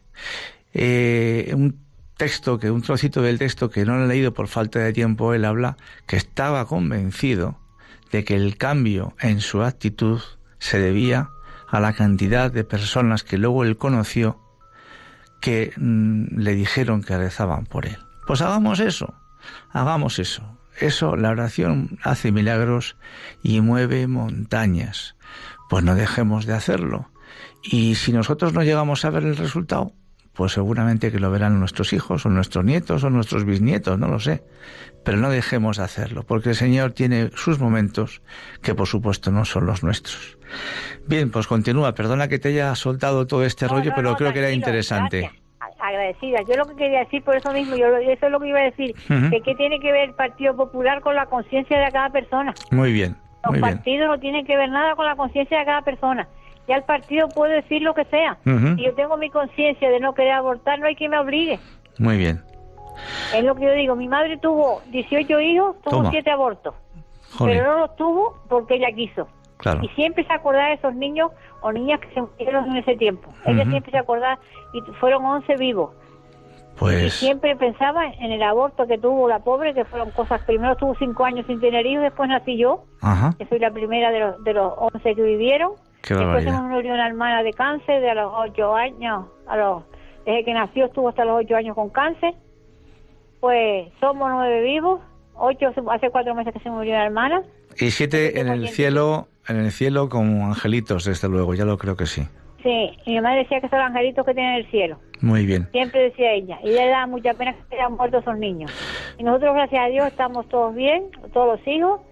Un trocito del texto que no lo he leído por falta de tiempo, él habla que estaba convencido de que el cambio en su actitud se debía a la cantidad de personas que luego él conoció que le dijeron que rezaban por él. Pues hagamos eso. Eso, la oración hace milagros y mueve montañas. Pues no dejemos de hacerlo. Y si nosotros no llegamos a ver el resultado, pues seguramente que lo verán nuestros hijos o nuestros nietos o nuestros bisnietos, no lo sé. Pero no dejemos de hacerlo, porque el Señor tiene sus momentos que por supuesto no son los nuestros. Bien, pues continúa. Perdona que te haya soltado todo este rollo, pero creo que era interesante.
Gracias. Agradecida. Yo lo que quería decir, por eso mismo, eso es lo que iba a decir, que qué tiene que ver el Partido Popular con la conciencia de cada persona.
Muy bien.
Los partidos no tienen que ver nada con la conciencia de cada persona. Ya el partido puede decir lo que sea. Si yo tengo mi conciencia de no querer abortar, no hay quien me obligue.
Muy bien.
Es lo que yo digo. Mi madre tuvo 18 hijos, tuvo 7 abortos. Joder. Pero no los tuvo porque ella quiso.
Claro.
Y siempre se acordaba de esos niños o niñas que se murieron en ese tiempo. Ella siempre se acordaba, y fueron 11 vivos.
Pues...
Y siempre pensaba en el aborto que tuvo la pobre, que fueron cosas... Primero tuvo 5 años sin tener hijos, después nací yo, que soy la primera de los 11 que vivieron. Después se me murió una hermana de cáncer de los 8 años. Desde que nació estuvo hasta los 8 años con cáncer. Pues somos 9 vivos. 8 hace 4 meses que se murió una hermana.
Y 7 en el cielo como angelitos, desde luego, ya lo creo que sí.
Sí, y mi madre decía que son los angelitos que tienen el cielo.
Muy bien.
Siempre decía ella. Y le daba mucha pena que hayan muerto esos niños. Y nosotros, gracias a Dios, estamos todos bien, todos los hijos.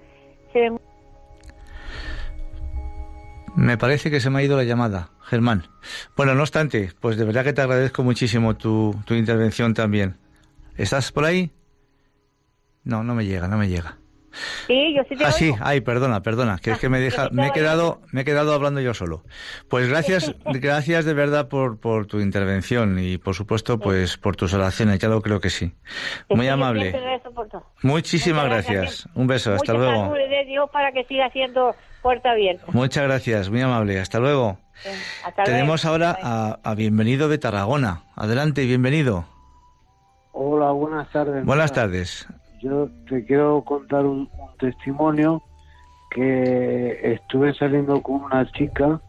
Me parece que se me ha ido la llamada, Germán. Bueno, no obstante, pues de verdad que te agradezco muchísimo tu intervención también. ¿Estás por ahí? No me llega.
Sí, yo sí te oigo.
Sí, perdona, que es que me he quedado hablando yo solo. Pues gracias de verdad por tu intervención y por supuesto pues por tus oraciones, ya lo creo que sí. Muy amable. Muchísimas gracias. Un beso, hasta luego.
Muchas gracias de Dios para que siga siendo puerta abierta.
Muchas gracias, muy amable, hasta luego. Tenemos ahora a Bienvenido de Tarragona. Adelante, bienvenido.
Hola, buenas tardes.
Buenas tardes.
Yo te quiero contar un testimonio que estuve saliendo con una chica,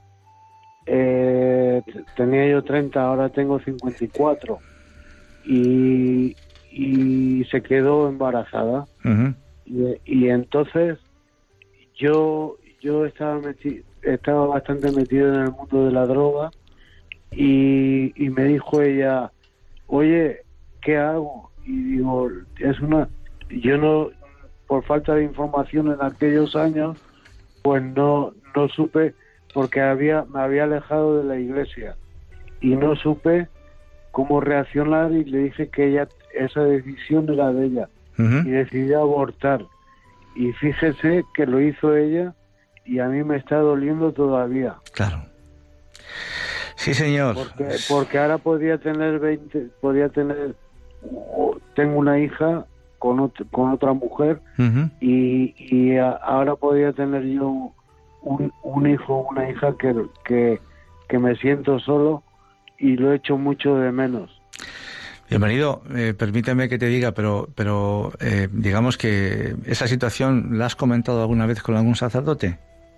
tenía yo 30, ahora tengo 54, y se quedó embarazada. Y entonces yo estaba bastante metido en el mundo de la droga y me dijo ella, oye, ¿qué hago? Y digo, yo por falta de información en aquellos años, pues no supe, porque me había alejado de la iglesia y no supe cómo reaccionar, y le dije que esa decisión era de ella, y decidí abortar. Y fíjese que lo hizo ella, y a mí me está doliendo todavía.
Claro. Sí, señor.
Porque ahora tengo una hija con otra mujer, y ahora podría tener yo un hijo, una hija que me siento solo y lo echo mucho de menos.
Bienvenido, permíteme que te diga, pero digamos que esa situación ¿la has comentado alguna vez con algún sacerdote?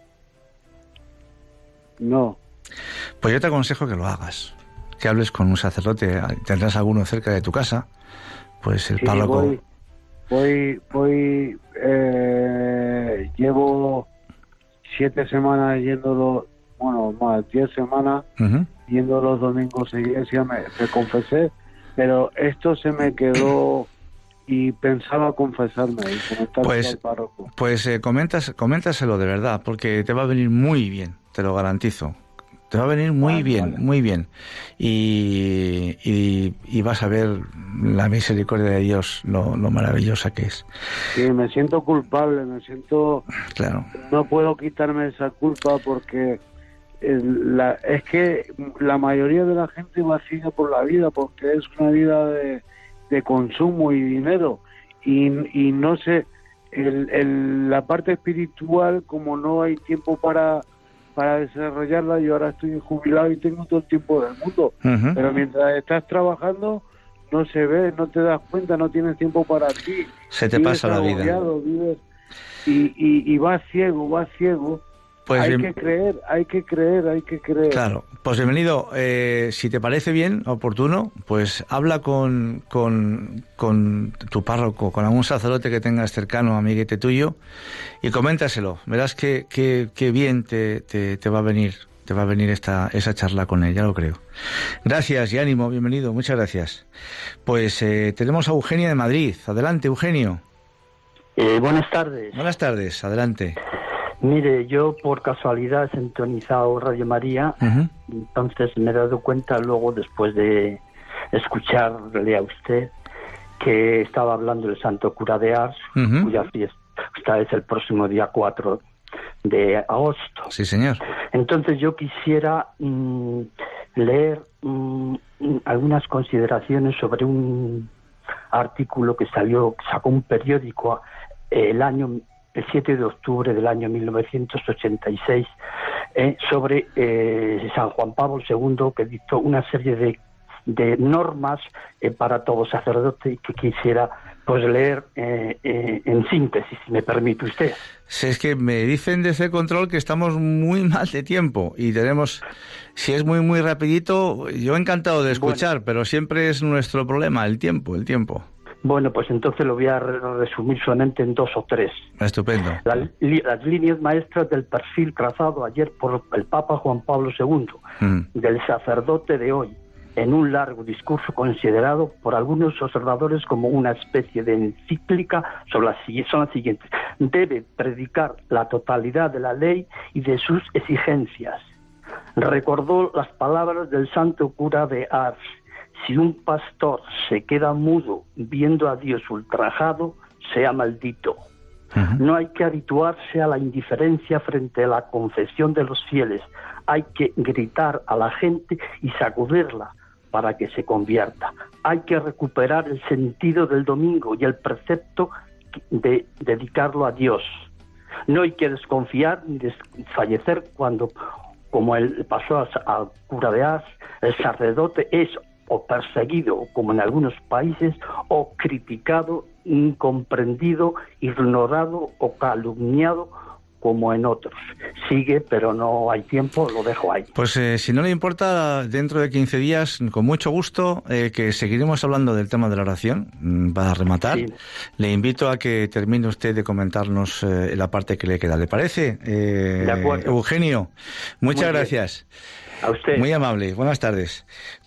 No.
Pues yo te aconsejo que lo hagas, que hables con un sacerdote. Tendrás alguno cerca de tu casa, pues el párroco.
Llevo 7 semanas yéndolo, más 10 semanas yendo los domingos a iglesia. Me confesé, pero esto se me quedó y pensaba confesarme y comentárselo al párroco.
Pues coméntaselo de verdad, porque te va a venir muy bien, te lo garantizo. Te va a venir muy bien, muy bien. Y vas a ver la misericordia de Dios, lo maravillosa que es.
Sí, me siento culpable,
Claro.
No puedo quitarme esa culpa, porque es que la mayoría de la gente va ciega por la vida, porque es una vida de consumo y dinero. Y no sé, la parte espiritual, como no hay tiempo para desarrollarla, yo ahora estoy jubilado y tengo todo el tiempo del mundo, pero mientras estás trabajando no se ve, no te das cuenta, no tienes tiempo para ti,
se te pasa la vida,
vives y vas ciego. Pues hay que creer.
Claro, pues bienvenido. Si te parece bien, oportuno, pues habla con tu párroco, con algún sacerdote que tengas cercano, amiguete tuyo, y coméntaselo. Verás que bien te va a venir esa charla con él, ya lo creo. Gracias y ánimo, bienvenido, muchas gracias. Pues tenemos a Eugenio de Madrid. Adelante, Eugenio.
Buenas tardes.
Buenas tardes, adelante.
Mire, yo por casualidad he sintonizado Radio María, entonces me he dado cuenta luego, después de escucharle a usted, que estaba hablando del Santo Cura de Ars, cuya fiesta es el próximo día 4 de agosto.
Sí, señor.
Entonces yo quisiera leer algunas consideraciones sobre un artículo que sacó un periódico el 7 de octubre del año 1986, sobre San Juan Pablo II, que dictó una serie de normas para todo sacerdote, y que quisiera pues leer en síntesis, si me permite usted.
Si es que me dicen desde el control que estamos muy mal de tiempo y tenemos, si es muy rapidito, yo encantado de escuchar, pero siempre es nuestro problema, el tiempo.
Bueno, pues entonces lo voy a resumir solamente en 2 o 3.
Estupendo.
Las líneas maestras del perfil trazado ayer por el Papa Juan Pablo II, del sacerdote de hoy, en un largo discurso considerado por algunos observadores como una especie de encíclica, son las siguientes. Debe predicar la totalidad de la ley y de sus exigencias. Recordó las palabras del Santo Cura de Ars: si un pastor se queda mudo viendo a Dios ultrajado, sea maldito. No hay que habituarse a la indiferencia frente a la confesión de los fieles. Hay que gritar a la gente y sacudirla para que se convierta. Hay que recuperar el sentido del domingo y el precepto de dedicarlo a Dios. No hay que desconfiar ni desfallecer cuando, como él pasó al cura de Ars, el sacerdote es o perseguido, como en algunos países, o criticado, incomprendido, ignorado o calumniado, como en otros. Sigue, pero no hay tiempo, lo dejo ahí.
Pues si no le importa, dentro de 15 días, con mucho gusto, que seguiremos hablando del tema de la oración, para rematar. Sí. Le invito a que termine usted de comentarnos la parte que le queda. ¿Le parece?
De acuerdo.
Eugenio, muchas gracias.
A usted.
Muy amable. Buenas tardes.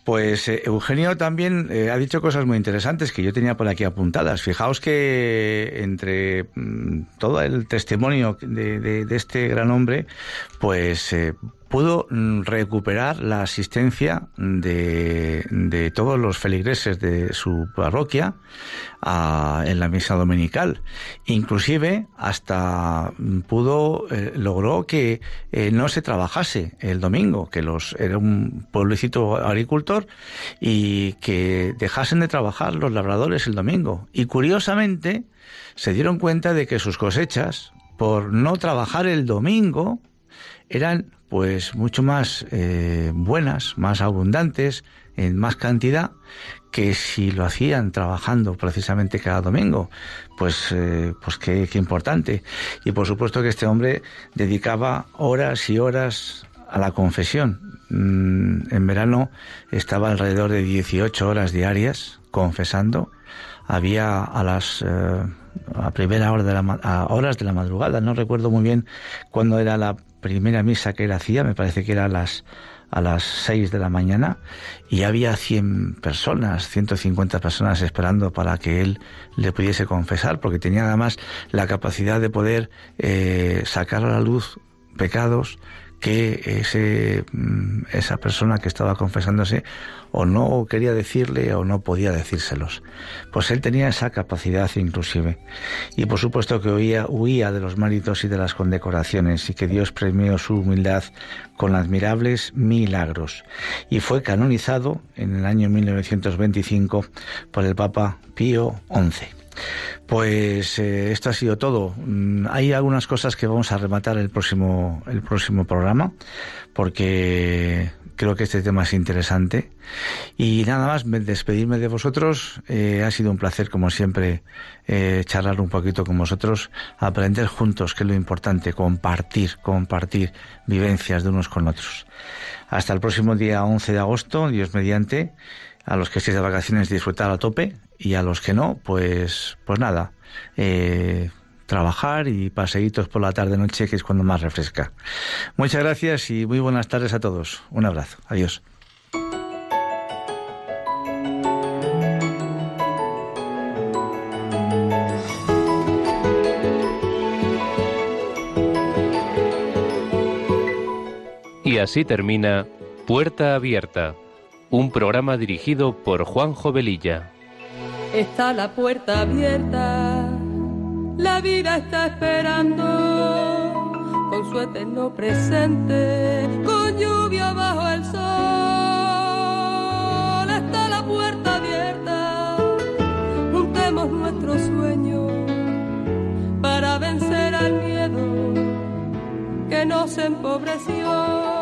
Pues Eugenio también ha dicho cosas muy interesantes que yo tenía por aquí apuntadas. Fijaos que entre todo el testimonio de este gran hombre, pues pudo recuperar la asistencia de todos los feligreses de su parroquia en la misa dominical. Inclusive hasta logró que no se trabajase el domingo, que era un pueblecito agricultor, y que dejasen de trabajar los labradores el domingo. Y curiosamente se dieron cuenta de que sus cosechas, por no trabajar el domingo, eran pues mucho más buenas, más abundantes, en más cantidad, que si lo hacían trabajando precisamente cada domingo. Pues qué importante. Y por supuesto que este hombre dedicaba horas y horas a la confesión. En verano estaba alrededor de 18 horas diarias confesando. Había a primera hora a horas de la madrugada, no recuerdo muy bien cuándo era la primera misa que él hacía, me parece que era a las 6 de la mañana, y había 100 personas, 150 personas esperando para que él le pudiese confesar, porque tenía además la capacidad de poder sacar a la luz pecados que esa persona que estaba confesándose o no quería decirle o no podía decírselos. Pues él tenía esa capacidad inclusive. Y por supuesto que huía de los méritos y de las condecoraciones, y que Dios premió su humildad con admirables milagros. Y fue canonizado en el año 1925 por el Papa Pío XI. Pues esto ha sido todo. Hay algunas cosas que vamos a rematar el próximo programa, porque creo que este tema es interesante. Y nada más, despedirme de vosotros. Ha sido un placer, como siempre, charlar un poquito con vosotros, aprender juntos, que es lo importante, compartir vivencias de unos con otros. Hasta el próximo día 11 de agosto, Dios mediante. A los que estéis de vacaciones, disfrutar a tope, y a los que no, pues nada, trabajar y paseitos por la tarde-noche, que es cuando más refresca. Muchas gracias y muy buenas tardes a todos. Un abrazo. Adiós.
Y así termina Puerta Abierta, un programa dirigido por Juanjo Velilla.
Está la puerta abierta, la vida está esperando, con su eterno presente, con lluvia bajo el sol. Está la puerta abierta, juntemos nuestros sueños para vencer al miedo que nos empobreció.